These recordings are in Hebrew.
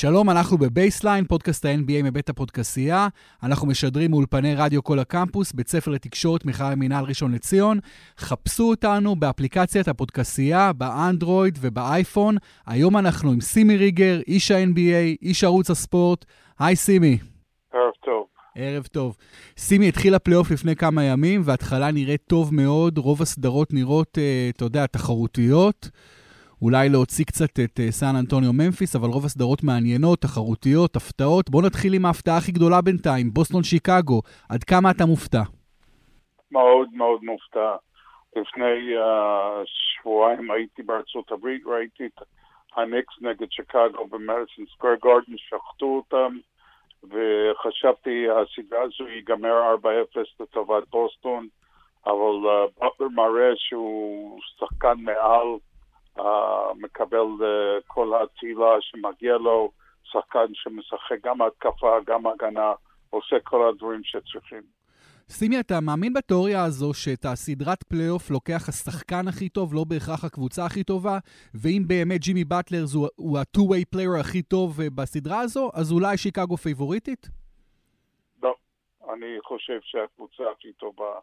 שלום, אנחנו בבייסליין, פודקאסט ה-NBA מבית הפודקסייה. אנחנו משדרים מאולפני רדיו כל הקמפוס, בית ספר לתקשורת מכללת מינהל ראשון לציון. חפשו אותנו באפליקציית הפודקסייה, באנדרואיד ובאייפון. היום אנחנו עם סימי ריגר, איש ה-NBA, איש ערוץ הספורט. היי סימי. ערב טוב. ערב טוב. סימי התחיל הפלייאוף לפני כמה ימים, וההתחלה נראית טוב מאוד. רוב הסדרות נראות, אתה יודע, תחרותיות. אולי להוציא קצת את סן אנטוניו ממפיס, אבל רוב הסדרות מעניינות, תחרותיות, הפתעות. בואו נתחיל עם ההפתעה הכי גדולה בינתיים, בוסטון שיקגו. עד כמה אתה מופתע? מאוד מאוד מופתע. לפני שבועיים הייתי בארצות הברית, ראיתי את הניקס נגד שיקגו במדיסון סקוור גארדן, שחטו אותם, וחשבתי הסדרה הזו ייגמר 4-0 לטובת בוסטון, אבל בוטלר מראה שהוא שחקן מעל, מקבל כל התהילה שמגיע לו, שחקן שמשחק גם התקפה, גם הגנה, עושה כל הדברים שצריכים. סימי, אתה מאמין בתיאוריה הזו שאת הסדרת פלייאוף לוקח השחקן הכי טוב, לא בהכרח הקבוצה הכי טובה, ואם באמת ג'ימי באטלר הוא ה-two-way player הכי טוב בסדרה הזו, אז אולי שיקגו פייבוריטית? לא, אני חושב שהקבוצה הכי טובה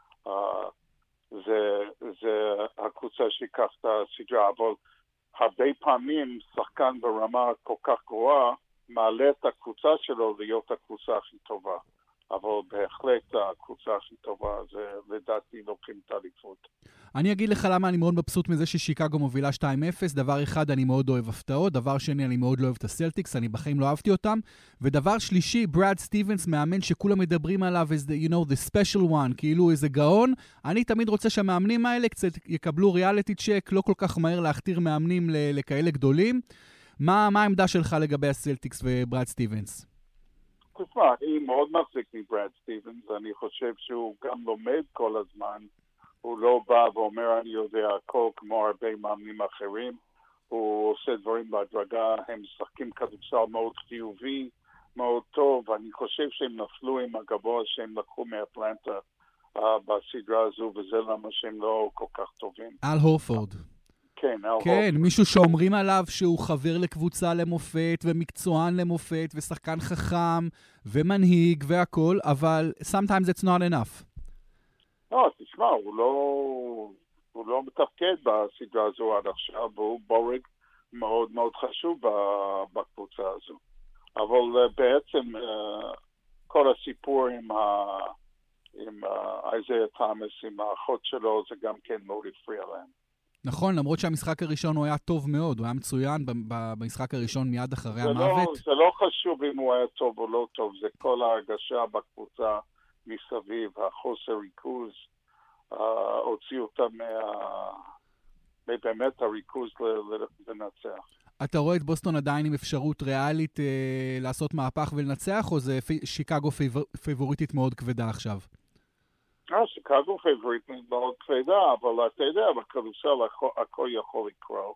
זה הקבוצה שיקח את הסדרה, אבל הרבה פעמים שחקן ברמה כל כך גרועה מעלה את הקבוצה שלו להיות הקבוצה הכי טובה. אבל בהחלט הקבוצה הכי טובה זה לדעתי לוקחים את האליפות. אני אגיד לך למה אני מאוד מבסוט מזה ששיקגו מובילה 2-0. דבר אחד, אני מאוד אוהב הפתעות. דבר שני, אני מאוד לא אוהב את הסלטיקס. אני בחיים לא אהבתי אותם. ודבר שלישי, ברד סטיבנס, מאמן שכולם מדברים עליו, as the, you know, the special one, כאילו איזה גאון. אני תמיד רוצה שהמאמנים האלה קצת יקבלו ריאליטי צ'ק, לא כל כך מהר להכתיר מאמנים לכאלה גדולים. מה העמדה שלך לגבי הסלטיקס וברד סטיבנס? תשמע, אני מאוד מחזיק מברד סטיבנס. אני חושב שהוא גם לומד כל הזמן. הוא לא בא ואומר אני יודע הכל כמו הרבה מאמנים אחרים. הוא עושה דברים בהדרגה, הם משחקים כדורסל מאוד חיובי, מאוד טוב. אני חושב שהם נפלו עם הגבוה שהם לקחו מאטלנטה בסדרה הזו, וזה למה שהם לא כל כך טובים. אל הורפורד. כן, מישהו שאומרים עליו שהוא חבר לקבוצה למופת ומקצוען למופת ושחקן חכם ומנהיג והכל, אבל sometimes it's not enough. לא, תשמע, הוא לא מתפקד בסדרה הזו עד עכשיו, והוא בורג מאוד מאוד חשוב בקבוצה הזו. אבל בעצם כל הסיפור עם איזיה תומאס, עם האחות שלו, זה גם כן מאוד הפריע להם. נכון, למרות שהמשחק הראשון הוא היה טוב מאוד, הוא היה מצוין במשחק הראשון מיד אחרי המוות. זה לא חשוב אם הוא היה טוב או לא טוב, זה כל ההרגשה בקבוצה מסביב, החוסר ריכוז, הוציא אותם באמת הריכוז לנצח. אתה רואה את בוסטון עדיין עם אפשרות ריאלית לעשות מהפך ולנצח, או זה שיקגו פייבוריטית מאוד כבדה עכשיו? שיקגו פייבוריטית מאוד כבדה, אבל אתה יודע, בכדורסל הכל יכול לקרות.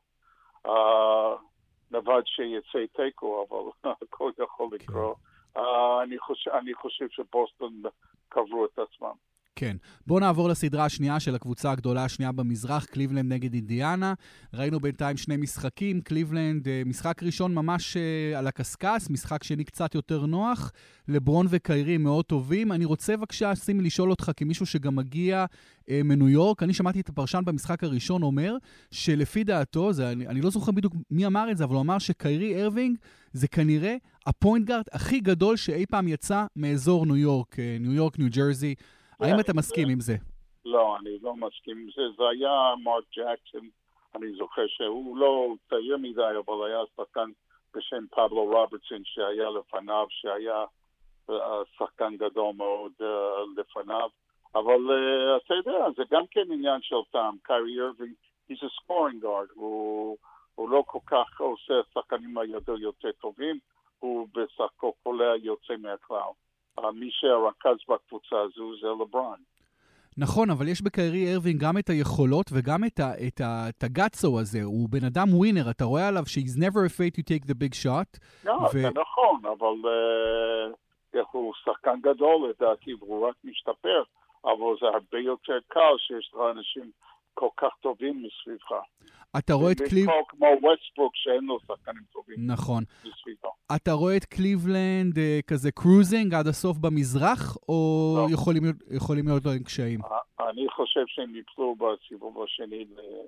נבד שיצא תיקו, אבל הכל יכול לקרות. אני חושב שבוסטון קברו את עצמם. כן. בואו נעבור לסדרה השנייה של הקבוצה הגדולה השנייה במזרח, קליבלנד נגד אינדיאנה. ראינו בינתיים שני משחקים, קליבלנד משחק ראשון ממש על הקסקס, משחק שני קצת יותר נוח, לברון וקיירי מאוד טובים. אני רוצה בבקשה, סימי, לשאול אותך כמישהו שגם מגיע מניו יורק. אני שמעתי את הפרשן במשחק הראשון אומר שלפי דעתו, אני לא זוכר בדיוק מי אמר את זה, אבל הוא אמר שקיירי ארווינג זה כנראה הפוינט גארד הכי גדול שאי פעם יצא מאזור ניו יורק, ניו ג'רזי. האם אתה מסכים עם זה? לא, אני לא מסכים עם זה. זה היה מרק ג'קסון, אני זוכר שהוא לא צעיר מדי, אבל היה שחקן בשם פבלו רוברטסון שהיה לפניו, שהיה שחקן גדול מאוד לפניו. אבל אתה יודע, זה גם כן עניין של טעם. קיירי ארווינג, he's a scoring guard. הוא לא כל כך עושה שחקנים היותר יותר טובים, הוא בסך הכל קולע יוצא מהכלל. מי שהרכז בקבוצה הזו זה לברון. נכון, אבל יש בקיירי ארווינג גם את היכולות וגם את הגאצו הזה. הוא בן אדם ווינר, אתה רואה עליו he's never afraid to take the big shot. לא, זה נכון, אבל הוא שחקן גדול לדעתי, והוא רק משתפר, אבל זה הרבה יותר קל שיש לך אנשים כל כך טובים מסביבך. אתה רואה את קליבלנד... כמו ווסטברוק שאין לו שחקנים טובים. נכון. מסביבו. אתה רואה את קליבלנד כזה קרוזינג עד הסוף במזרח, או לא. יכולים להיות להם קשיים? אני חושב שהם ניפלו בסיבוב השני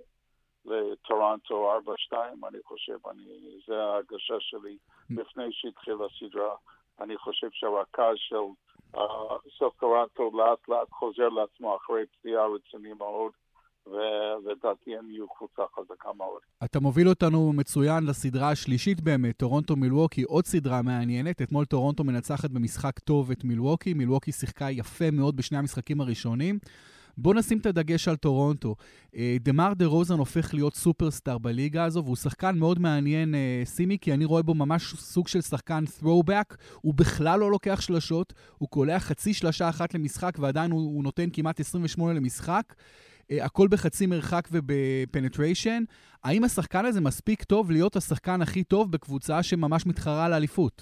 לטורונטו 4-2, אני חושב, זה ההרגשה שלי לפני שהתחילה הסדרה. אני חושב שהרכז של סוף טורונטו לאט לאט חוזר לעצמו אחרי פציעה רציני מאוד, ולדעתי הם יהיו קבוצה חזקה מאוד. אתה מוביל אותנו מצוין לסדרה השלישית באמת, טורונטו מילווקי, עוד סדרה מעניינת. אתמול טורונטו מנצחת במשחק טוב את מילווקי, מילווקי שיחקה יפה מאוד בשני המשחקים הראשונים. בוא נשים את הדגש על טורונטו. דמר דה רוזן הופך להיות סופרסטאר בליגה הזו, והוא שחקן מאוד מעניין, סימי, כי אני רואה בו ממש סוג של שחקן throwback, הוא בכלל לא לוקח שלשות, הוא קולע חצי שלשה אחת למשחק, ועדיין הוא נותן כמעט 28 למשחק, הכל בחצי מרחק ובפנטריישן. האם השחקן הזה מספיק טוב להיות השחקן הכי טוב בקבוצה שממש מתחרה על האליפות?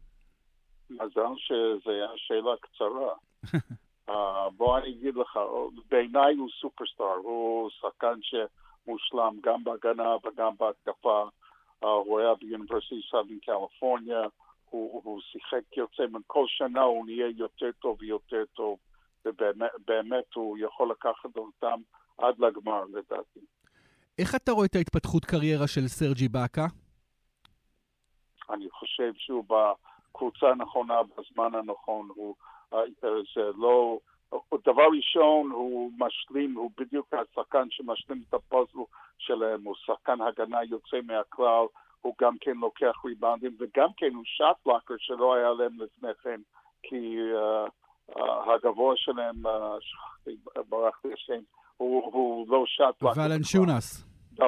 מזל שזו שאלה קצרה. בוא אני אגיד לך, בעיניי הוא סופרסטאר, הוא שחקן שמושלם גם בהגנה וגם בהתקפה. הוא היה באוניברסיטת סאדרן קליפורניה, הוא שיחק יוצא מן כל שנה, הוא נהיה יותר טוב ויותר טוב, ובאמת הוא יכול לקחת אותם עד לגמר לדעתי. איך אתה רואה את ההתפתחות קריירה של סרג'י באקה? אני חושב שהוא בקבוצה הנכונה בזמן הנכון, זה לא, דבר ראשון הוא משלים, הוא בדיוק השחקן שמשלים את הפאזל שלהם, הוא שחקן הגנה יוצא מהכלל, הוא גם כן לוקח ריבאונדים, וגם כן הוא שאט בלוקר שלא היה להם לפני כן, כי הגבוה שלהם, ברח לי השם, הוא לא שאט בלוקר. ולנצ'ונס.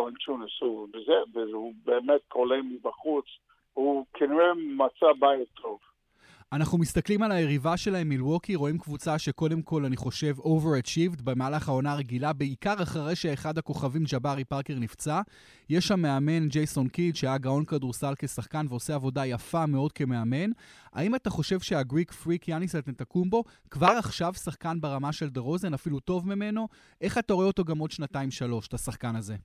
והוא באמת קולה מבחוץ, הוא כנראה מצא בית טוב. אנחנו מסתכלים על היריבה שלהם מילווקי, רואים קבוצה שקודם כל אני חושב overachieved במהלך העונה הרגילה, בעיקר אחרי שאחד הכוכבים ג'בארי פארקר נפצע. יש שם מאמן ג'ייסון קיד שהיה גאון כדורסל כשחקן ועושה עבודה יפה מאוד כמאמן. האם אתה חושב שהגריק פריק יאניס אנטטוקומבו כבר עכשיו שחקן ברמה של דה רוזן, אפילו טוב ממנו? איך אתה רואה אותו גם עוד 2-3, את השחקן הזה?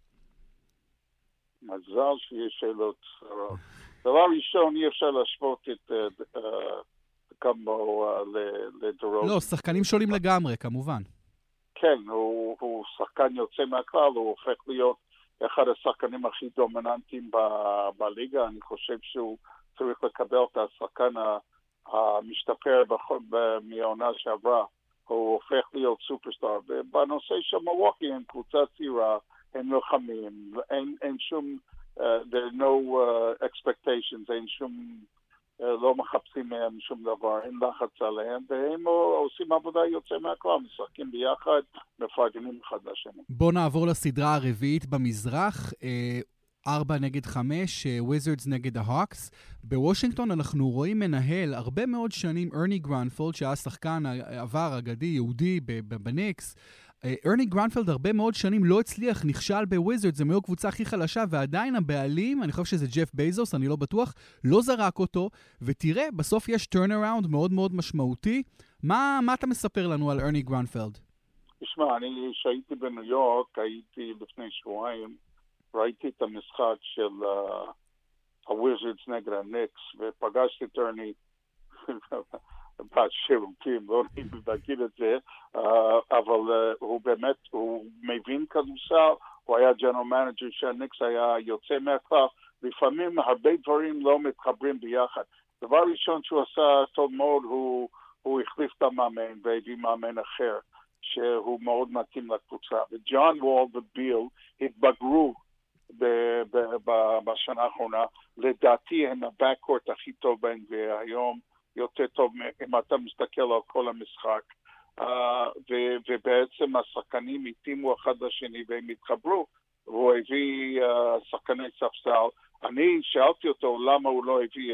מזל שיש שאלות. דבר ראשון, אי אפשר להשוות את קומבו לדרוזן. לא, שחקנים שונים לגמרי, כמובן. כן, הוא שחקן יוצא מהכלל, הוא הופך להיות אחד השחקנים הכי דומיננטיים בליגה. אני חושב שהוא צריך לקבל את השחקן המשתפר מהעונה שעברה. הוא הופך להיות סופרסטאר. ובנושא של מילווקי, הם קבוצה צעירה, הם לוחמים, אין שום, there are no expectations, אין שום, לא מחפשים מהם שום דבר, אין לחץ עליהם, והם עושים עבודה יוצא מהכלל, משחקים ביחד, מפרגנים אחד לשני. בוא נעבור לסדרה הרביעית במזרח, 4-5, וויזרדס נגד ההוקס. בוושינגטון אנחנו רואים מנהל הרבה מאוד שנים, ארני גרנפלד, שהיה שחקן עבר אגדי יהודי בניקס. ארני גרנפלד הרבה מאוד שנים לא הצליח, נכשל בוויזרדס, זה מאוד קבוצה הכי חלשה, ועדיין הבעלים, אני חושב שזה ג'ף בייזוס, אני לא בטוח, לא זרק אותו, ותראה, בסוף יש turnaround מאוד מאוד משמעותי. מה אתה מספר לנו על ארני גרנפלד? תשמע, אני שהייתי בניו יורק, הייתי לפני שבועיים, ראיתי את המשחק של הוויזרדס נגד הניקס, ופגשתי את ארני בשירותים, לא נגיד את זה, אבל הוא באמת, הוא מבין כדורסל, הוא היה ג'נרל מנג'ר שהניקס היה יוצא מהכלל, לפעמים הרבה דברים לא מתחברים ביחד. דבר ראשון שהוא עשה טוב מאוד, הוא החליף את המאמן והביא מאמן אחר, שהוא מאוד מתאים לקבוצה. וג'ון וול וביל התבגרו בשנה האחרונה, לדעתי הם הבקורט הכי טוב באנגליה היום, יותר טוב אם אתה מסתכל על כל המשחק, ובעצם השחקנים התאימו אחד לשני והם התחברו, והוא הביא שחקני ספסל. אני שאלתי אותו למה הוא לא הביא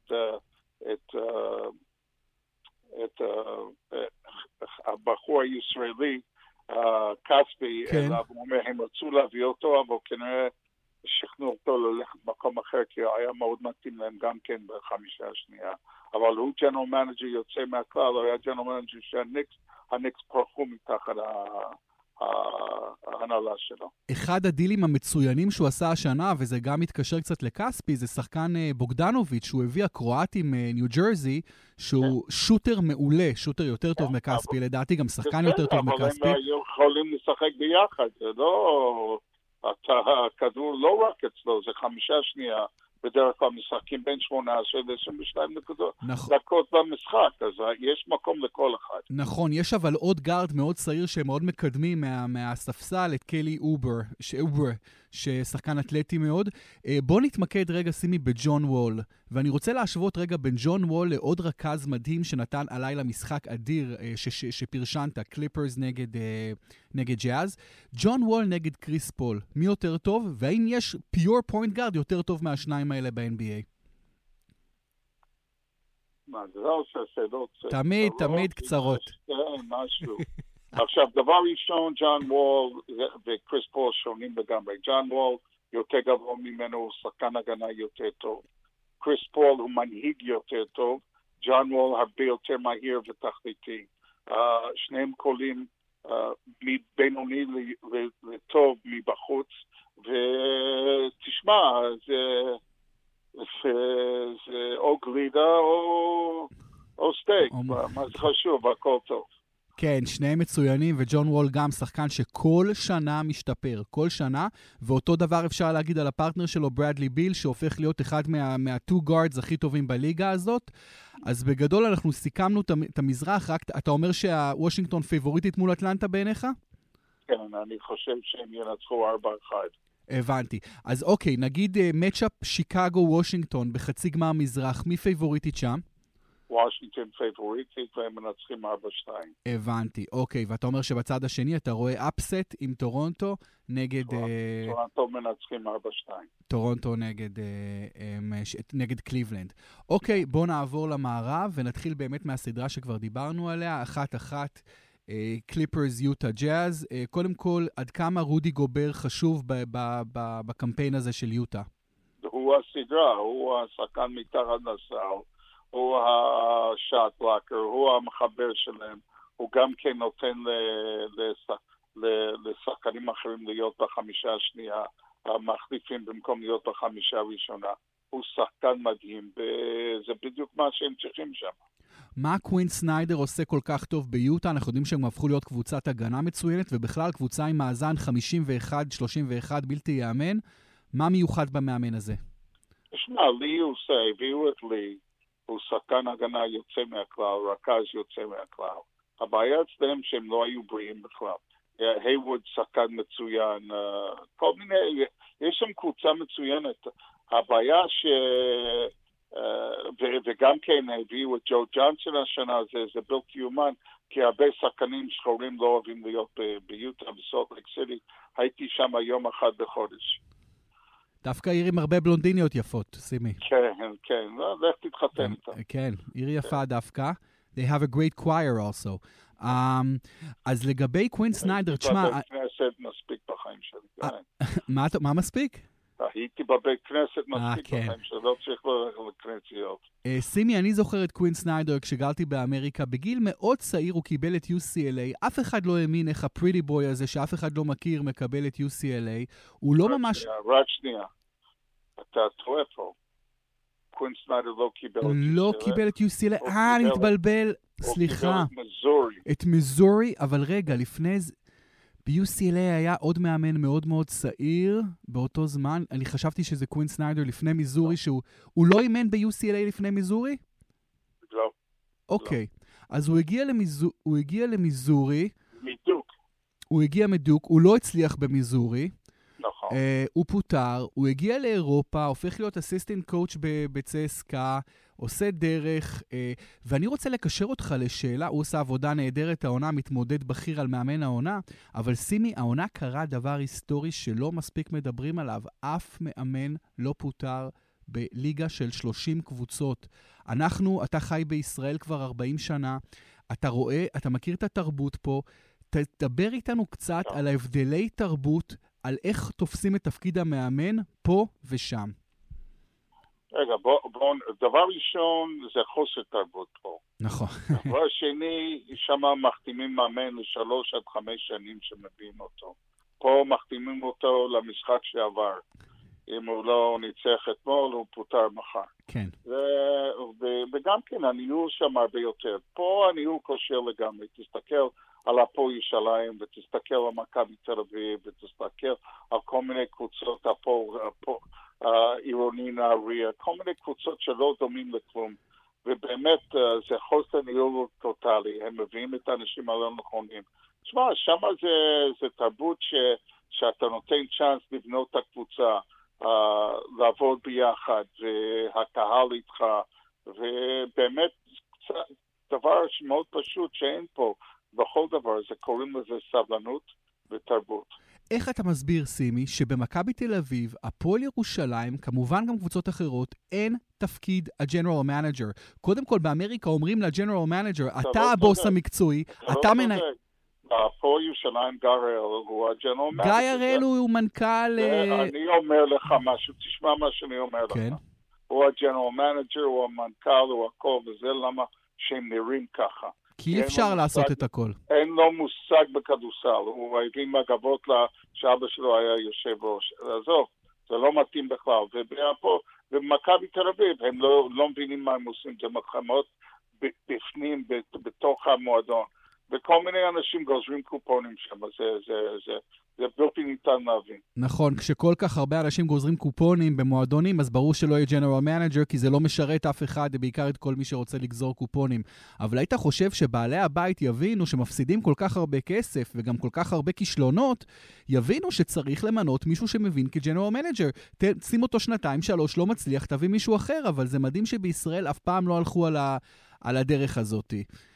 את הבחור הישראלי, קספי, אלא הוא אומר, הם רצו להביא אותו, אבל כנראה שכנעו אותו ללכת מקום אחר, כי היה מאוד מתאים להם גם כן בחמישה השנייה. אבל הוא ג'נרל מנג'ר יוצא מהכלל, הוא היה ג'נרל מנג'ר שהניקס פרחו מתחת ההנהלה שלו. אחד הדילים המצוינים שהוא עשה השנה, וזה גם מתקשר קצת לקספי, זה שחקן בוגדנוביץ', שהוא הביא הקרואטי מניו ג'רזי, שהוא שוטר מעולה, שוטר יותר טוב מקספי, לדעתי גם שחקן יותר טוב מקספי. אבל הם היו יכולים לשחק ביחד, זה לא... הכדור לא רק אצלו, זה 5 שנייה, בדרך כלל משחקים בין 18 ל-22 דקות במשחק, אז יש מקום לכל אחד. נכון, יש אבל עוד גארד מאוד צעיר שהם מאוד מקדמים מהספסל, את קלי אובר, ששחקן אתלטי מאוד. בוא נתמקד רגע, שימי, בג'ון וול, ואני רוצה להשוות רגע בין ג'ון וול לעוד רכז מדהים שנתן הלילה משחק אדיר שפרשנת, קליפרס נגד ג'אז. ג'ון וול נגד קריס פול, מי יותר טוב? והאם יש פיור פוינט גארד יותר טוב מהשניים האלה ב-NBA? מה, זה לא עושה שאלות. תמיד קצרות. כן, משהו. עכשיו, דבר ראשון, ג'ון וול וקריס פול שונים לגמרי. ג'ון וול יותר גבוה ממנו, הוא שחקן הגנה יותר טוב. קריס פול הוא מנהיג יותר טוב. ג'ון וול הרבה יותר מהיר ותכליתי. שניהם קולים מבינוני לטוב מבחוץ. ותשמע, זה או גלידה או סטייק, מה זה חשוב, הכל טוב. כן, שניהם מצוינים, וג'ון וול גם שחקן שכל שנה משתפר, כל שנה, ואותו דבר אפשר להגיד על הפרטנר שלו, ברדלי ביל, שהופך להיות אחד מה-2 guards הכי טובים בליגה הזאת. אז בגדול אנחנו סיכמנו את המזרח, רק אתה אומר שהוושינגטון פיבוריטית מול אטלנטה בעיניך? כן, אני חושב שהם ינצחו 4-1. הבנתי. אז אוקיי, נגיד מצ'אפ שיקגו-וושינגטון בחצי גמר מזרח, מי פיבוריטית שם? וושינגטון פיבוריטית, והם מנצחים 4-2. הבנתי, אוקיי. ואתה אומר שבצד השני אתה רואה אפסט עם טורונטו נגד... טורונטו מנצחים 4-2. טורונטו נגד קליבלנד. אוקיי, בוא נעבור למערב ונתחיל באמת מהסדרה שכבר דיברנו עליה, 1-1. קליפרס, יוטה, ג'אז. קודם כל, עד כמה רודי גובר חשוב בקמפיין הזה של יוטה? הוא הסדרה, הוא השחקן מתחת לסל, הוא השאט בלוקר, הוא המחבר שלהם, הוא גם כן נותן לשחקנים אחרים להיות בחמישה השנייה, המחליפים במקום להיות בחמישה הראשונה. הוא שחקן מדהים, וזה בדיוק מה שהם צריכים שם. מה קווין סניידר עושה כל כך טוב ביוטה? אנחנו יודעים שהם הפכו להיות קבוצת הגנה מצוינת, ובכלל קבוצה עם מאזן 51-31 בלתי יאמן. מה מיוחד במאמן הזה? תשמע, לי הוא עושה, הביאו את לי, הוא שחקן הגנה יוצא מהכלל, רכז יוצא מהכלל. הבעיה אצלם שהם לא היו בריאים בכלל. היווד שחקן מצוין, כל מיני, יש שם קבוצה מצוינת. הבעיה וגם כן הביאו את ג'ו ג'אנסון השנה, זה בלתי יאומן, כי הרבה שחקנים שחורים לא אוהבים להיות ביוטה, בסולט לייק סיטי. הייתי שם יום אחד בחודש. דווקא עיר עם הרבה בלונדיניות יפות, שימי. כן, לך תתחתן איתה. כן, עיר יפה דווקא. They have a great choir also. אז לגבי קווין סניידר, תשמע... הייתי בבית כנסת מספיק בחיים שלי. מה מספיק? הייתי בבית כנסת מספיק בחיים שלי, לא צריך ללכת לכנסיות. שימי, אני זוכר את קווין סניידר כשגרתי באמריקה. בגיל מאוד צעיר הוא קיבל את UCLA. אף אחד לא האמין איך הפריטי בוי הזה, שאף אחד לא מכיר, מקבל את UCLA. הוא לא ממש... רק שנייה. אתה טועה פה. קווין סניידר לא קיבל את UCLA. לא קיבל את UCLA. אני מתבלבל. סליחה. הוא קיבל את מיזורי. את מיזורי, אבל רגע, לפני זה... ב-UCLA היה עוד מאמן מאוד מאוד צעיר באותו זמן. אני חשבתי שזה קווין סניידר לפני מיזורי, שהוא לא אימן ב-UCLA לפני מיזורי? לא. אוקיי. אז הוא הגיע למיזורי. מדוק. הוא הגיע מדוק, הוא לא הצליח במיזורי. נכון. הוא פוטר, הוא הגיע לאירופה, הופך להיות אסיסטנט קואוץ' בצסקה, עושה דרך, ואני רוצה לקשר אותך לשאלה, הוא עושה עבודה נהדרת, העונה מתמודד בכיר על מאמן העונה, אבל שימי, העונה קרה דבר היסטורי שלא מספיק מדברים עליו. אף מאמן לא פוטר בליגה של 30 קבוצות. אתה חי בישראל כבר 40 שנה, אתה רואה, אתה מכיר את התרבות פה, תדבר איתנו קצת על ההבדלי תרבות, על איך תופסים את תפקיד המאמן פה ושם. רגע, דבר ראשון זה חוסר תרבות פה. נכון. דבר שני, שם מחתימים מאמן ל3 עד 5 שנים שמביאים אותו. פה מחתימים אותו למשחק שעבר. אם הוא לא ניצח אתמול, הוא פוטר מחר. כן. וגם כן, הניהול שם הרבה יותר. פה הניהול כושר לגמרי. תסתכל על הפועל ירושלים, ותסתכל על מכבי תל אביב, ותסתכל על כל מיני קבוצות, עירוני נהריה, כל מיני קבוצות שלא דומים לכלום. ובאמת זה חוסר ניהול טוטלי. הם מביאים את האנשים הלא נכונים. תשמע, שם זה תרבות שאתה נותן צ'אנס לבנות את הקבוצה, לעבוד ביחד, והקהל איתך, ובאמת דבר מאוד פשוט שאין פה בכל דבר, זה קוראים לזה סבלנות ותרבות. איך אתה מסביר, סימי, שבמכבי תל אביב, הפועל ירושלים, כמובן גם קבוצות אחרות, אין תפקיד הג'נרל מנג'ר? קודם כל, באמריקה אומרים לג'נרל מנג'ר, אתה הבוס המקצועי, אתה מנהל... הפועל ירושלים גיא הראל הוא הג'נרל מנג'ר. גיא הראל הוא מנכ"ל... אני אומר לך משהו, תשמע מה שאני אומר לך. הוא הג'נרל מנג'ר, הוא המנכ"ל, הוא הכל, וזה למה שהם נראים ככה. כי אי אפשר לעשות את הכל. אין לו מושג בכדורסל, הוא הביא מגבות שאבא שלו היה יושב ראש. עזוב, זה לא מתאים בכלל. ובמכבי תל אביב הם לא מבינים מה הם עושים, זה מלחמות בפנים, בתוך המועדון. וכל מיני אנשים גוזרים קופונים שם, זה בלתי ניתן להבין. נכון, כשכל כך הרבה אנשים גוזרים קופונים במועדונים, אז ברור שלא יהיה ג'נרל מנג'ר, כי זה לא משרת אף אחד, בעיקר את כל מי שרוצה לגזור קופונים. אבל היית חושב שבעלי הבית יבינו שמפסידים כל כך הרבה כסף, וגם כל כך הרבה כישלונות, יבינו שצריך למנות מישהו שמבין כג'נרל מנג'ר. שים אותו 2-3, לא מצליח, תביא מישהו אחר, אבל זה מדהים שבישראל אף פעם לא הלכו על הדרך הזאת.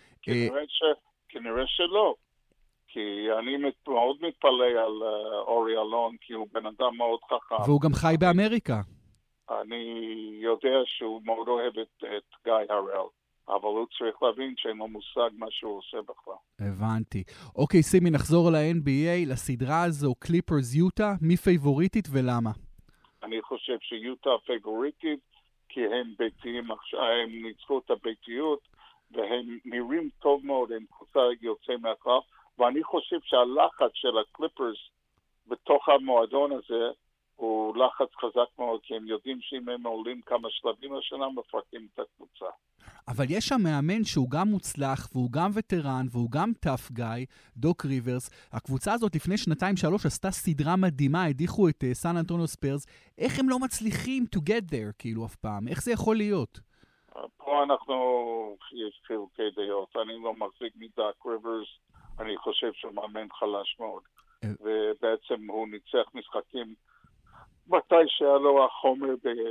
כנראה שלא, כי אני מאוד מתפלא על אורי אלון, כי הוא בן אדם מאוד חכם. והוא גם חי באמריקה. אני יודע שהוא מאוד אוהב את גיא הראל, אבל הוא צריך להבין שאין לו מושג מה שהוא עושה בכלל. הבנתי. אוקיי, סימי, נחזור ל-NBA, לסדרה הזו, קליפרס יוטה, מי פייבוריטית ולמה? אני חושב שיוטה פייבוריטית, כי הם ביתיים, הם ניצחו את הביתיות, והם נראים טוב מאוד, הם קבוצה יוצא מהכלל, ואני חושב שהלחץ של הקליפרס בתוך המועדון הזה הוא לחץ חזק מאוד, כי הם יודעים שאם הם עולים כמה שלבים השנה, מפרקים את הקבוצה. אבל יש שם מאמן שהוא גם מוצלח, והוא גם וטרן, והוא גם טאף גאי, דוק ריברס. הקבוצה הזאת לפני 2-3 עשתה סדרה מדהימה, הדיחו את סן אנטוניו ספיירס. איך הם לא מצליחים to get there, כאילו אף פעם? איך זה יכול להיות? פה יש חילוקי דעות. אני לא מחזיק מדוק ריברס, אני חושב שהוא מאמן חלש מאוד. ובעצם הוא ניצח משחקים מתי שהיה לו החומר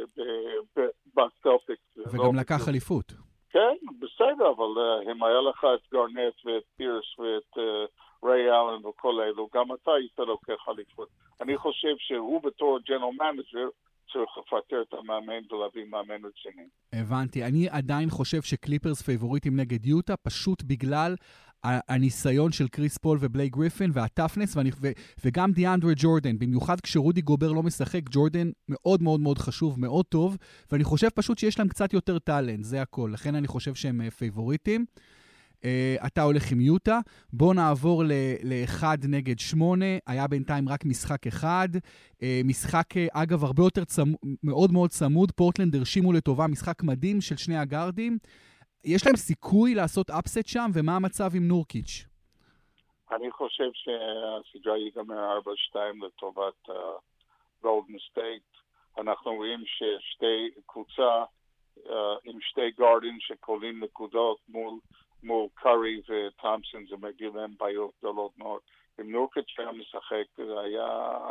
בסלטיקס. וגם לקח אליפות. כן, בסדר, אבל אם היה לך את גרנט ואת פירס ואת ריי אלן וכל אלו, גם אתה היית לוקח אליפות. אני חושב שהוא בתור ג'נרל מנג'ר, צריך לפטר את המאמן ולהביא מאמן רציני. הבנתי. אני עדיין חושב שקליפרס פייבוריטים נגד יוטה, פשוט בגלל הניסיון של קריס פול ובלי גריפין והטפנס, וגם דיאנדרה ג'ורדן, במיוחד כשרודי גובר לא משחק, ג'ורדן מאוד מאוד מאוד חשוב, מאוד טוב, ואני חושב פשוט שיש להם קצת יותר טלנט, זה הכל. לכן אני חושב שהם פייבוריטים. אתה הולך עם יוטה, בוא נעבור ל-1-8, היה בינתיים רק משחק אחד, משחק אגב הרבה יותר מאוד מאוד צמוד, פורטלנד הרשימו לטובה משחק מדהים של שני הגארדים, יש להם סיכוי לעשות אפסט שם, ומה המצב עם נורקיץ'? אני חושב שהסדרה ייגמר 4-2 לטובת גולדן סטייט, אנחנו רואים ששתי קבוצה עם שתי גארדים שקולים נקודות מול קארי וטומפסון, זה מגיע להם בעיות גדולות מאוד. אם נורקיץ' היה משחק, זה היה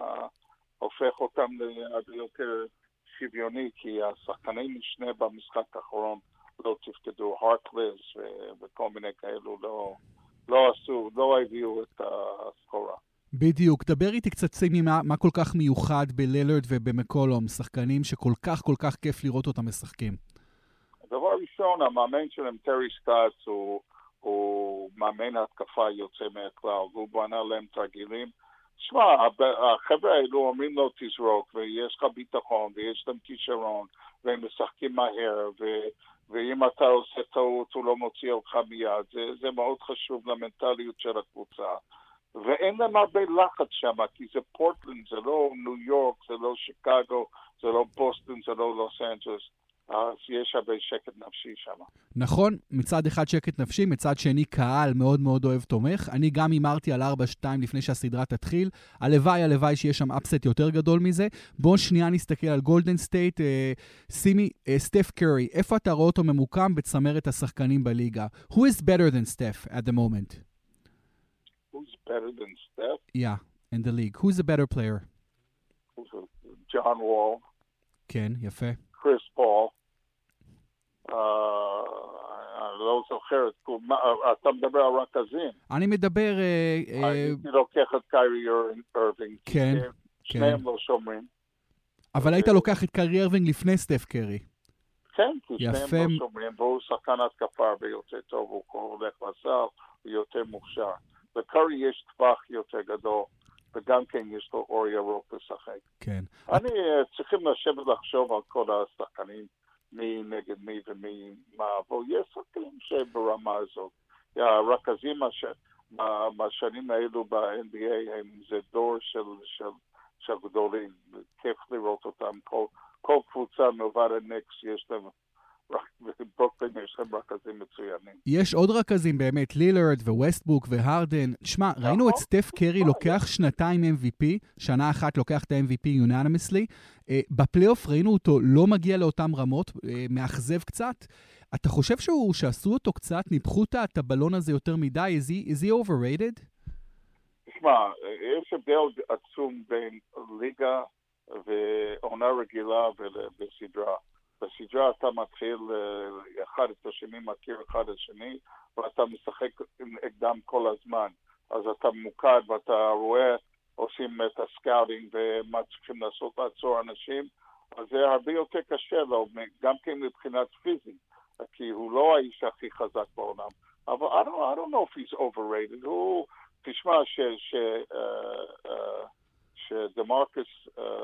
הופך אותם להרבה יותר שוויוני, כי השחקני משנה במשחק האחרון לא תפקדו, הרקלס וכל מיני כאלו לא הביאו את הסקורה. בדיוק, דבר איתי קצת סימי, מה כל כך מיוחד בלילרד ובמקולום, שחקנים שכל כך כיף לראות אותם משחקים? דבר ראשון, המאמן שלהם, טרי סקאץ, הוא מאמן התקפה יוצא מהכלל, והוא בנה להם תרגילים. תשמע, החבר'ה האלו אומרים לו תזרוק, ויש לך ביטחון, ויש להם כישרון, והם משחקים מהר, ואם אתה עושה טעות, הוא לא מוציא אותך מיד. זה מאוד חשוב למנטליות של הקבוצה. ואין להם הרבה לחץ שם, כי זה פורטלנד, זה לא ניו יורק, זה לא שיקגו, זה לא בוסטון, זה לא לוס אנג'לס. אז יש הרבה שקט נפשי שם. נכון, מצד אחד שקט נפשי, מצד שני קהל מאוד מאוד אוהב תומך. אני גם אמרתי על 4-2 לפני שהסדרה תתחיל. הלוואי שיש שם אפסט יותר גדול מזה. בואו שנייה נסתכל על גולדן סטייט. שימי, סטף קרי, איפה אתה רואה אותו ממוקם בצמרת השחקנים בליגה? Who is better than Steph at the moment? Who's better than Steph? Yeah, in the league. Who's a better player? John Wall. כן, יפה. Chris Paul. אני לא זוכר, אתה מדבר על רכזים. אני מדבר... הייתי לוקח את קיירי אירווינג. כן, שניהם לא שומרים. אבל היית לוקח את קיירי אירווינג לפני סטף קרי. כן, כי שניהם לא שומרים, והוא שחקן התקפה הרבה יותר טוב, הוא הולך לסל, הוא יותר מוכשר. לקרי יש טווח יותר גדול, וגם כן יש לו אור ירוק לשחק. כן. צריכים לשבת לחשוב על כל השחקנים, מי נגד מי ומי מה, אבל יש שחקנים שברמה הזאת. הרכזים בשנים האלו ב-NBA זה דור של גדולים, כיף לראות אותם. כל קבוצה מלבד הניקס יש להם, ברוקלין יש להם רכזים מצוינים. יש עוד רכזים באמת, לילרד וווסטבוק והרדן. שמע, ראינו את סטף קרי לוקח 2 MVP, שנה אחת לוקח את ה-MVP unanimously. בפלייאוף ראינו אותו לא מגיע לאותם רמות, מאכזב קצת. אתה חושב שעשו אותו קצת, ניפחו את הבלון הזה יותר מדי? Is he overrated? תשמע, יש הבדל עצום בין ליגה ועונה רגילה ובסדרה. בסדרה אתה מתחיל אחד את השני, מכיר אחד את השני, ואתה משחק נגדם כל הזמן. אז אתה ממוקד ואתה רואה, עושים את הסקאוטינג ומה צריכים לעשות לעצור אנשים, אז זה הרבה יותר קשה לו, גם כן מבחינת פיזית, כי הוא לא האיש הכי חזק בעולם. אבל I don't know if he's overrated. הוא, תשמע שדמרקוס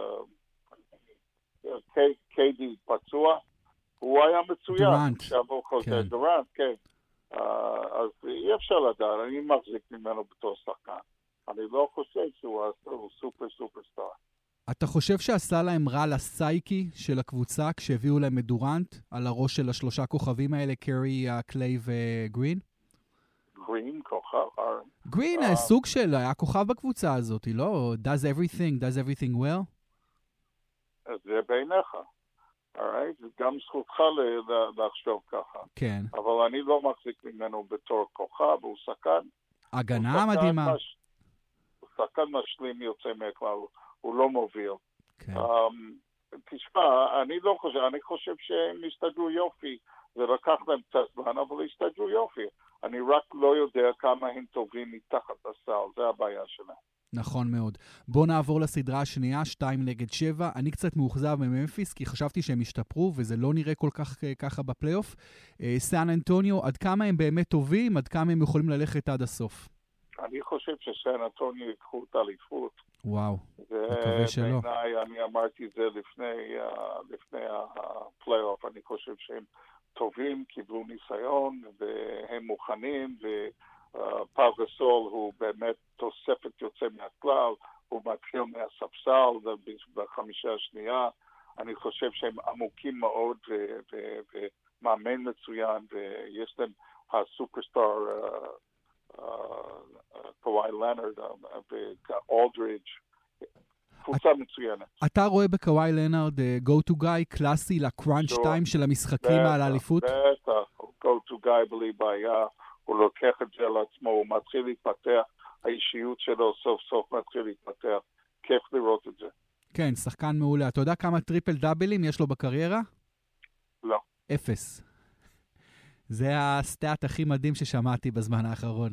קיידי פצוע, הוא היה מצוין. דורנט, כן. אז אי אפשר לדעת, אני מחזיק ממנו בתור שחקן. אני לא חושב שהוא סופר. אתה חושב שעשה להם רע לסייקי של הקבוצה כשהביאו להם את דורנט על הראש של 3 כוכבים האלה, קרי, קליי וגרין? גרין, כוכב. גרין, סוג של, היה כוכב בקבוצה הזאת, לא? does everything well? זה בעיניך. זה גם זכותך לחשוב ככה. כן. אבל אני לא מחזיק ממנו בתור כוכב, הוא שחקן. הגנה מדהימה. הוא שחקן משלים יוצא מהכלל, הוא לא מוביל. כן. תשמע, אני חושב שהם הסתדרו יופי. זה לקח להם קצת זמן, אבל הסתדרו יופי. אני רק לא יודע כמה הם טובים מתחת לסל, זה הבעיה שלהם. נכון מאוד. בוא נעבור לסדרה השנייה, 2-7. אני קצת מאוכזב מממפיס, כי חשבתי שהם השתפרו, וזה לא נראה כל כך ככה בפלייאוף. סן אנטוניו, עד כמה הם באמת טובים, עד כמה הם יכולים ללכת עד הסוף? אני חושב שסן אנטוניו יקחו את האליפות. וואו, מקווה שלא. בעיניי, אני אמרתי את זה לפני הפלייאוף, אני חושב שהם טובים, קיבלו ניסיון, והם מוכנים, פאו גסול הוא באמת תוספת יוצא מהכלל, הוא מתחיל מהספסל בחמישה השנייה. אני חושב שהם עמוקים מאוד ומאמן מצוין, ויש להם הסופרסטאר קוואי לנארד ואולדרידג', קבוצה מצוינת. אתה רואה בקוואי לנארד go to guy קלאסי לקראנץ' טיים של המשחקים על האליפות? בטח, go to guy בלי בעיה. הוא לוקח את זה על עצמו, הוא מתחיל להתפתח, האישיות שלו סוף סוף מתחיל להתפתח. כיף לראות את זה. כן, שחקן מעולה. אתה יודע כמה טריפל דאבלים יש לו בקריירה? לא. 0. זה הסטאט הכי מדהים ששמעתי בזמן האחרון.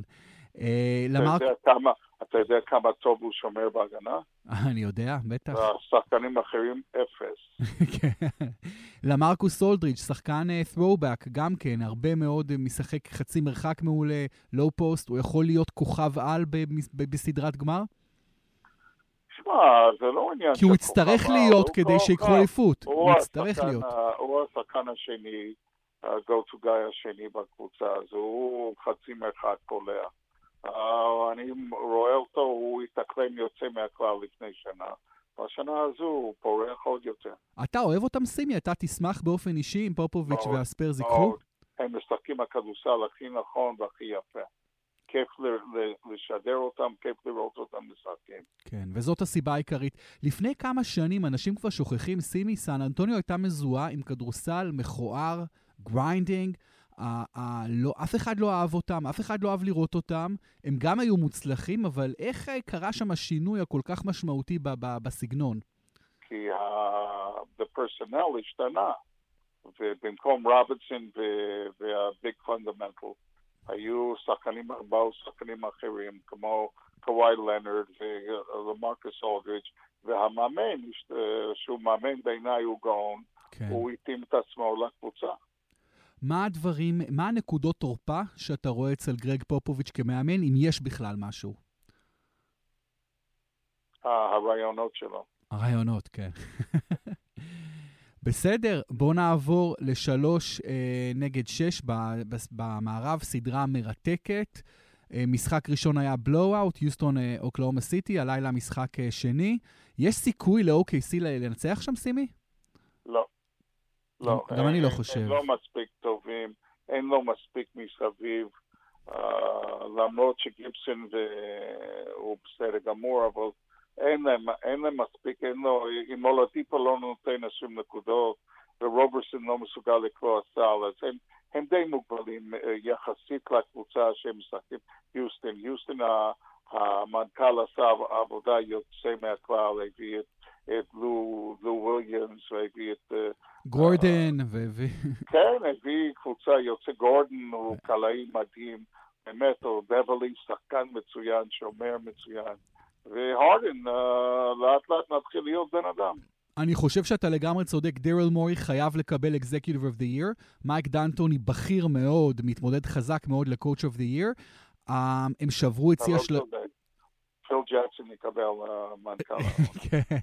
אתה יודע כמה טוב הוא שומר בהגנה? אני יודע, בטח. השחקנים אחרים 0. למרקוס אולדריץ', שחקן throwback, גם כן, הרבה מאוד משחק חצי מרחק מעולה, לואו פוסט, הוא יכול להיות כוכב על בסדרת גמר? שמע, זה לא עניין כי הוא יצטרך להיות כדי שיקחו אליפות. הוא יצטרך להיות. הוא השחקן השני, go to guy השני בקבוצה הזו, הוא חצי מרחק קולע. אני רואה אותו, הוא התאקלם יוצא מהכלל לפני שנה. בשנה הזו הוא פורח עוד יותר. אתה אוהב אותם, סימי? אתה תשמח באופן אישי אם פופוביץ' והספיירס ייקחו? הם משחקים הכדורסל הכי נכון והכי יפה. כיף לשדר אותם, כיף לראות אותם משחקים. כן, וזאת הסיבה העיקרית. לפני כמה שנים אנשים כבר שוכחים, סימי, סן אנטוניו הייתה מזוהה עם כדורסל מכוער, גריינדינג, אף אחד לא אהב אותם, אף אחד לא אהב לראות אותם, הם גם היו מוצלחים, אבל איך קרה שם השינוי הכל כך משמעותי בסגנון? כי ה-personnel השתנה, ובמקום רובינסון והביג פונדמנטל, היו באו שחקנים אחרים, כמו קוואי לנרד ולמרקוס אולדריץ', והמאמן, שהוא מאמן בעיניי הוא גאון, הוא התאים את עצמו לקבוצה. מה הנקודות תורפה שאתה רואה אצל גרג פופוביץ' כמאמן, אם יש בכלל משהו? הרעיונות שלו. הרעיונות, כן. בסדר, בוא נעבור ל3-6 במערב, סדרה מרתקת. משחק ראשון היה בלואו-אוט, יוסטון אוקלאומה סיטי, הלילה משחק שני. יש סיכוי ל-OKC לנצח שם, סימי? לא. לא. גם אני לא חושב. הם לא מספיק טובים, אין לו מספיק מסביב, למרות שגיבסון הוא בסדר גמור, אבל אין להם מספיק, אם אולדיפו לא נותן 20 נקודות, ורוברסון לא מסוגל לקרוא הסל, אז הם די מוגבלים יחסית לקבוצה שהם משחקים. יוסטון, המנכ"ל עשה עבודה יוצא מהכלל, הביא את לו וויליאמס, והביא את גורדן, כן, הביא קבוצה יוצא, גורדן הוא קלעי מדהים, באמת, הוא בברלי שחקן מצוין, שומר מצוין. והרדן, לאט לאט נתחיל להיות בן אדם. אני חושב שאתה לגמרי צודק, דרל מורי חייב לקבל Executive of the Year, מייק דנטוני בכיר מאוד, מתמודד חזק מאוד ל-Coach of the Year, הם שברו את שיא פיל ג'קסון יקבל מנכ"ל. כן,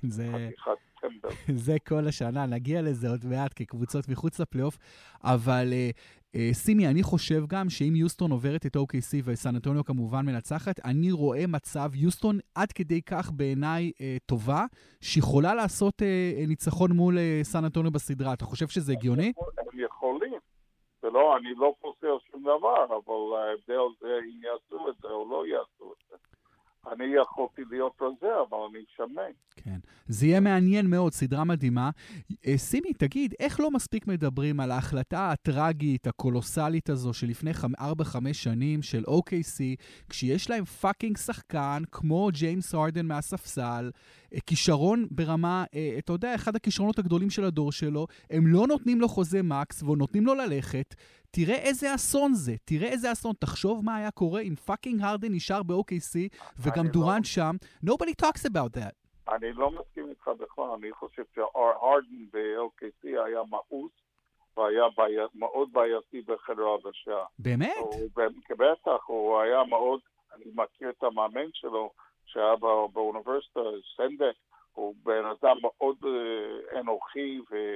זה כל השנה, נגיע לזה עוד מעט כקבוצות מחוץ לפלייאוף, אבל סימי, אני חושב גם שאם יוסטון עוברת את OKC וסן אנטוניו כמובן מנצחת, אני רואה מצב, יוסטון עד כדי כך בעיניי טובה, שיכולה לעשות ניצחון מול סן אנטוניו בסדרה. אתה חושב שזה הגיוני? הם יכולים. ולא, אני לא פוסל שום דבר, אבל ההבדל זה אם יעשו את זה או לא יעשו את זה. אני יכולתי להיות רזה, אבל אני שמן. כן. זה יהיה מעניין מאוד, סדרה מדהימה. סימי, תגיד, איך לא מספיק מדברים על ההחלטה הטרגית, הקולוסלית הזו, שלפני 4-5 שנים של OKC, כשיש להם פאקינג שחקן, כמו ג'יימס הרדן מהספסל, כישרון ברמה, אתה יודע, אחד הכישרונות הגדולים של הדור שלו, הם לא נותנים לו חוזה מקס, ונותנים לו ללכת. תראה איזה אסון זה, תראה איזה אסון. תחשוב מה היה קורה אם פאקינג הרדן נשאר ב-OKC, וגם דורנט שם. Nobody talks about that. אני לא מסכים איתך בכלל, אני חושב שהרדן ב-OKC היה מאוס, והיה מאוד בעייתי בחדר הלבשה. באמת? בטח, הוא היה מאוד, אני מכיר את המאמן שלו, שהיה באוניברסיטה, סנדק, הוא בן אדם מאוד אנוכי,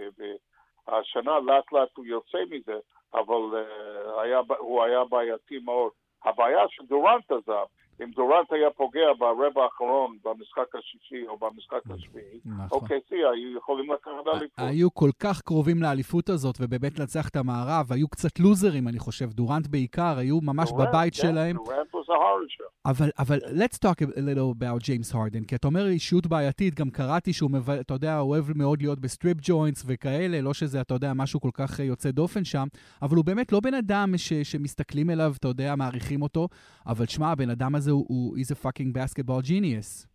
והשנה לאט לאט הוא יוצא מזה, אבל הוא היה בעייתי מאוד. הבעיה שדורנט עזב, אם דורנט היה פוגע ברבע האחרון, במשחק השישי או במשחק השביעי, OKC היו יכולים לקחת אליפות. היו כל כך קרובים לאליפות הזאת, ובאמת לנצח את המערב, היו קצת לוזרים, אני חושב, דורנט בעיקר, היו ממש בבית שלהם. דורנט was a horror show. אבל let's talk a little about James Harden, כי אתה אומר אישיות בעייתית, גם קראתי שהוא, אתה יודע, אוהב מאוד להיות בסטריפ ג'וינטס וכאלה, לא שזה, אתה יודע, משהו כל כך יוצא דופן שם, אבל הוא באמת לא בן אדם שמסתכלים אליו, אתה יודע, מעריכים אותו, אבל שמה, הבן אדם הזה הוא he's a fucking basketball genius.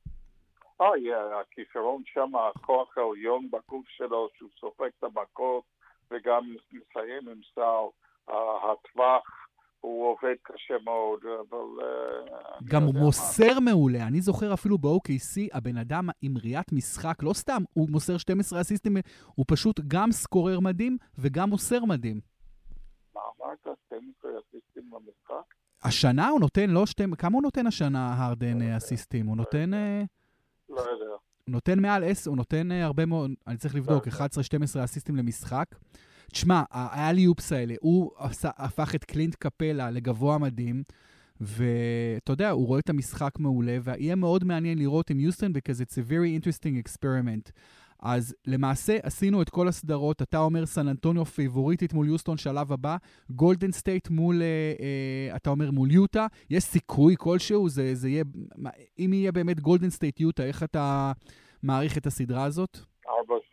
הכישרון שם, הכוח העליון בגוף שלו, שהוא סופג את המכות, וגם מסיים עם סל, הטווח, הוא עובד קשה מאוד, אבל... גם הוא מוסר מעולה. אני זוכר אפילו ב-OKC, הבן אדם עם ראיית משחק, לא סתם, הוא מוסר 12 אסיסטים, הוא פשוט גם סקורר מדהים, וגם מוסר מדהים. מה אמרת? 12 אסיסטים במשחק? השנה הוא נותן, כמה הוא נותן השנה, הרדן אסיסטים? הוא נותן... לא יודע. הוא נותן מעל 10, הוא נותן הרבה מאוד, אני צריך לבדוק, 11-12 אסיסטים למשחק. תשמע, האלי-אופס האלה, הוא הפך את קלינט קפלה לגבוה מדהים, ואתה יודע, הוא רואה את המשחק מעולה, ויהיה מאוד מעניין לראות עם יוסטון, because it's a very interesting experiment. אז למעשה עשינו את כל הסדרות, אתה אומר סן אנטוניו פייבוריטית מול יוסטון שלב הבא, גולדן סטייט מול, אתה אומר מול יוטה, יש סיכוי כלשהו, זה יהיה, אם יהיה באמת גולדן סטייט יוטה, איך אתה מעריך את הסדרה הזאת? 4-3.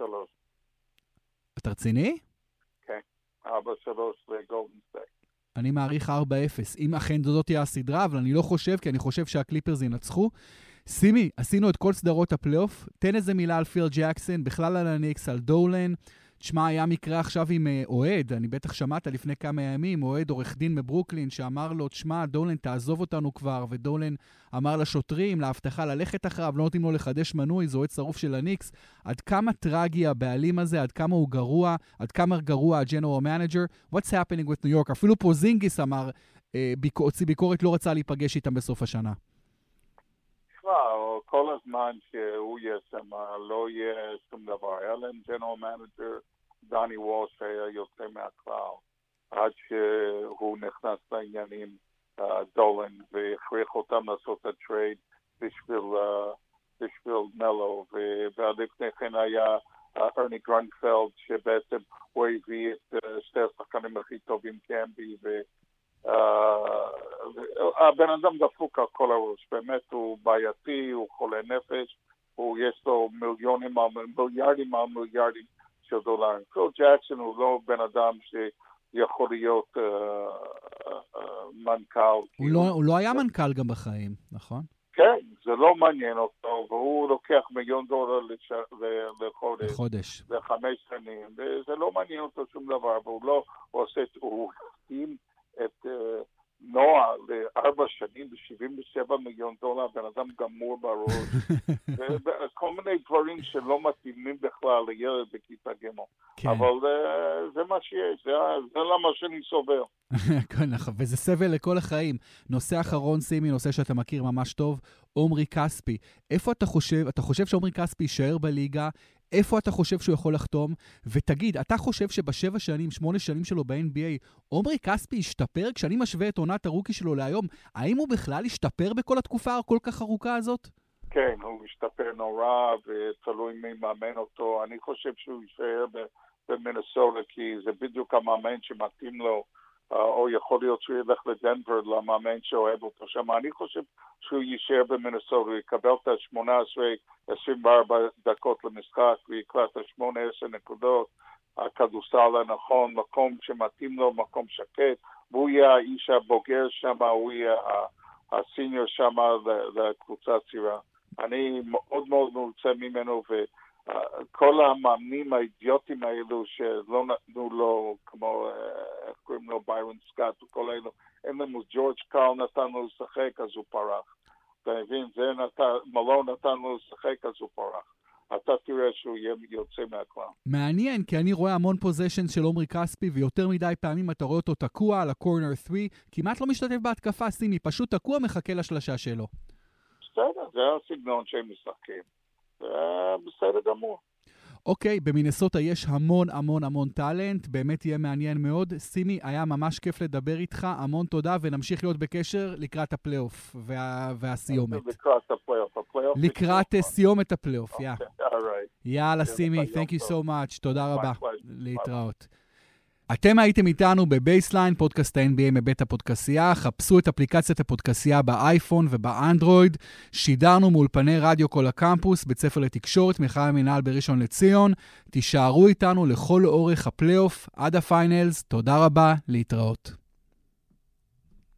אתה רציני? כן, 4-3 לגולדן סטייט. אני מעריך 4-0, אם אכן זאת תהיה הסדרה, אבל אני לא חושב, כי אני חושב שהקליפרס ינצחו. סימי, עשינו את כל סדרות הפלייאוף, תן איזה מילה על פיל ג'קסון, בכלל על הניקס, על דולן. תשמע, היה מקרה עכשיו עם אוהד, אני בטח שמעת לפני כמה ימים, אוהד עורך דין מברוקלין, שאמר לו, תשמע, דולן תעזוב אותנו כבר, ודולן אמר לשוטרים, להבטחה ללכת אחריו, לא נותנים לו לחדש מנוי, זה אוהד שרוף של הניקס. עד כמה טרגי הבעלים הזה, עד כמה הוא גרוע, עד כמה גרוע הג'נרל מנג'ר, what's happening with New York? אפילו פוזינגיס אמר, הוציא ביקורת, לא רצה להיפגש איתם בסוף השנה. כל הזמן שהוא יהיה שם, לא יהיה שום דבר. היה להם ג'נרל מנג'ר, דני וולש, היה יוצא מהכלל, עד שהוא נכנס לעניינים, דולן, והכריח אותם לעשות את הטרייד בשביל מלו, ולפני כן היה ארני גרנפלד, שבעצם הוא הביא את שתי השחקנים הכי טובים, קמבי הבן אדם דפוק על כל הראש, באמת הוא בעייתי, הוא חולה נפש, יש לו מיליארדים על מיליארדים של דולרים. פיל ג'קסון הוא לא בן אדם שיכול להיות מנכ"ל. הוא לא היה מנכ"ל גם בחיים, נכון? כן, זה לא מעניין אותו, והוא לוקח $1,000,000 לחודש, ל5 שנים, וזה לא מעניין אותו שום דבר, והוא לא עושה, הוא החתים את נועה ל4 שנים $77 מיליון, בן אדם גמור בראש. כל מיני דברים שלא מתאימים בכלל לילד בכיתה ג'. אבל זה מה שיש, זה למה שאני סובר. וזה סבל לכל החיים. נושא אחרון, סימי, נושא שאתה מכיר ממש טוב, עומרי כספי. איפה אתה חושב שעומרי כספי יישאר בליגה? איפה אתה חושב שהוא יכול לחתום? ותגיד, אתה חושב שבשבע שנים, 8 שנים שלו ב-NBA, עומרי כספי השתפר? כשאני משווה את עונת הרוקי שלו להיום, האם הוא בכלל השתפר בכל התקופה הכל כך ארוכה הזאת? כן, הוא השתפר נורא, ותלוי מי מאמן אותו. אני חושב שהוא יישאר במינסוטה, כי זה בדיוק המאמן שמתאים לו, או יכול להיות שהוא ילך לדנבר למאמן שאוהב אותו שם. אני חושב שהוא יישאר במינסוטה, הוא יקבל את 18-24 דקות למשחק, ויקלע את 18 נקודות, הכדורסל הנכון, מקום שמתאים לו, מקום שקט, והוא יהיה האיש הבוגר שם, הוא יהיה הסיניור שם לקבוצה צעירה. אני מאוד מאוד מרוצה ממנו, וכל המאמנים האידיוטים האלו שלא נתנו לו, כמו איך קוראים לו, ביירון סקאט וכל אלו, אין לנו ג'ורג' קארל נתן לו לשחק, אז הוא פרח. אתה מבין? מלון נתן לו לשחק, אז הוא פרח. אתה תראה שהוא יוצא מהכלל. מעניין, כי אני רואה המון פוזיישנס של עומרי כספי, ויותר מדי פעמים אתה רואה אותו תקוע על הקורנר 3, כמעט לא משתתף בהתקפה, סימי, פשוט תקוע, מחכה לשלשה שלו. בסדר, זה הסגנון שהם משחקים. זה בסדר גמור. אוקיי, במינסוטה יש המון טלנט, באמת יהיה מעניין מאוד. סימי, היה ממש כיף לדבר איתך, המון תודה, ונמשיך להיות בקשר לקראת הפלייאוף והסיומת. לקראת הפלייאוף. לקראת סיומת הפלייאוף, יא. Right. יאללה, סימי, thank you so much, תודה רבה. להתראות. אתם הייתם איתנו בבייסליין, פודקאסט ה-NBA מבית הפודקסייה, חפשו את אפליקציית הפודקסייה באייפון ובאנדרואיד, שידרנו מאולפני רדיו כל הקמפוס, בית ספר לתקשורת, מחר המינהל בראשון לציון, תישארו איתנו לכל אורך הפלייאוף, עד הפיינלס, תודה רבה, להתראות.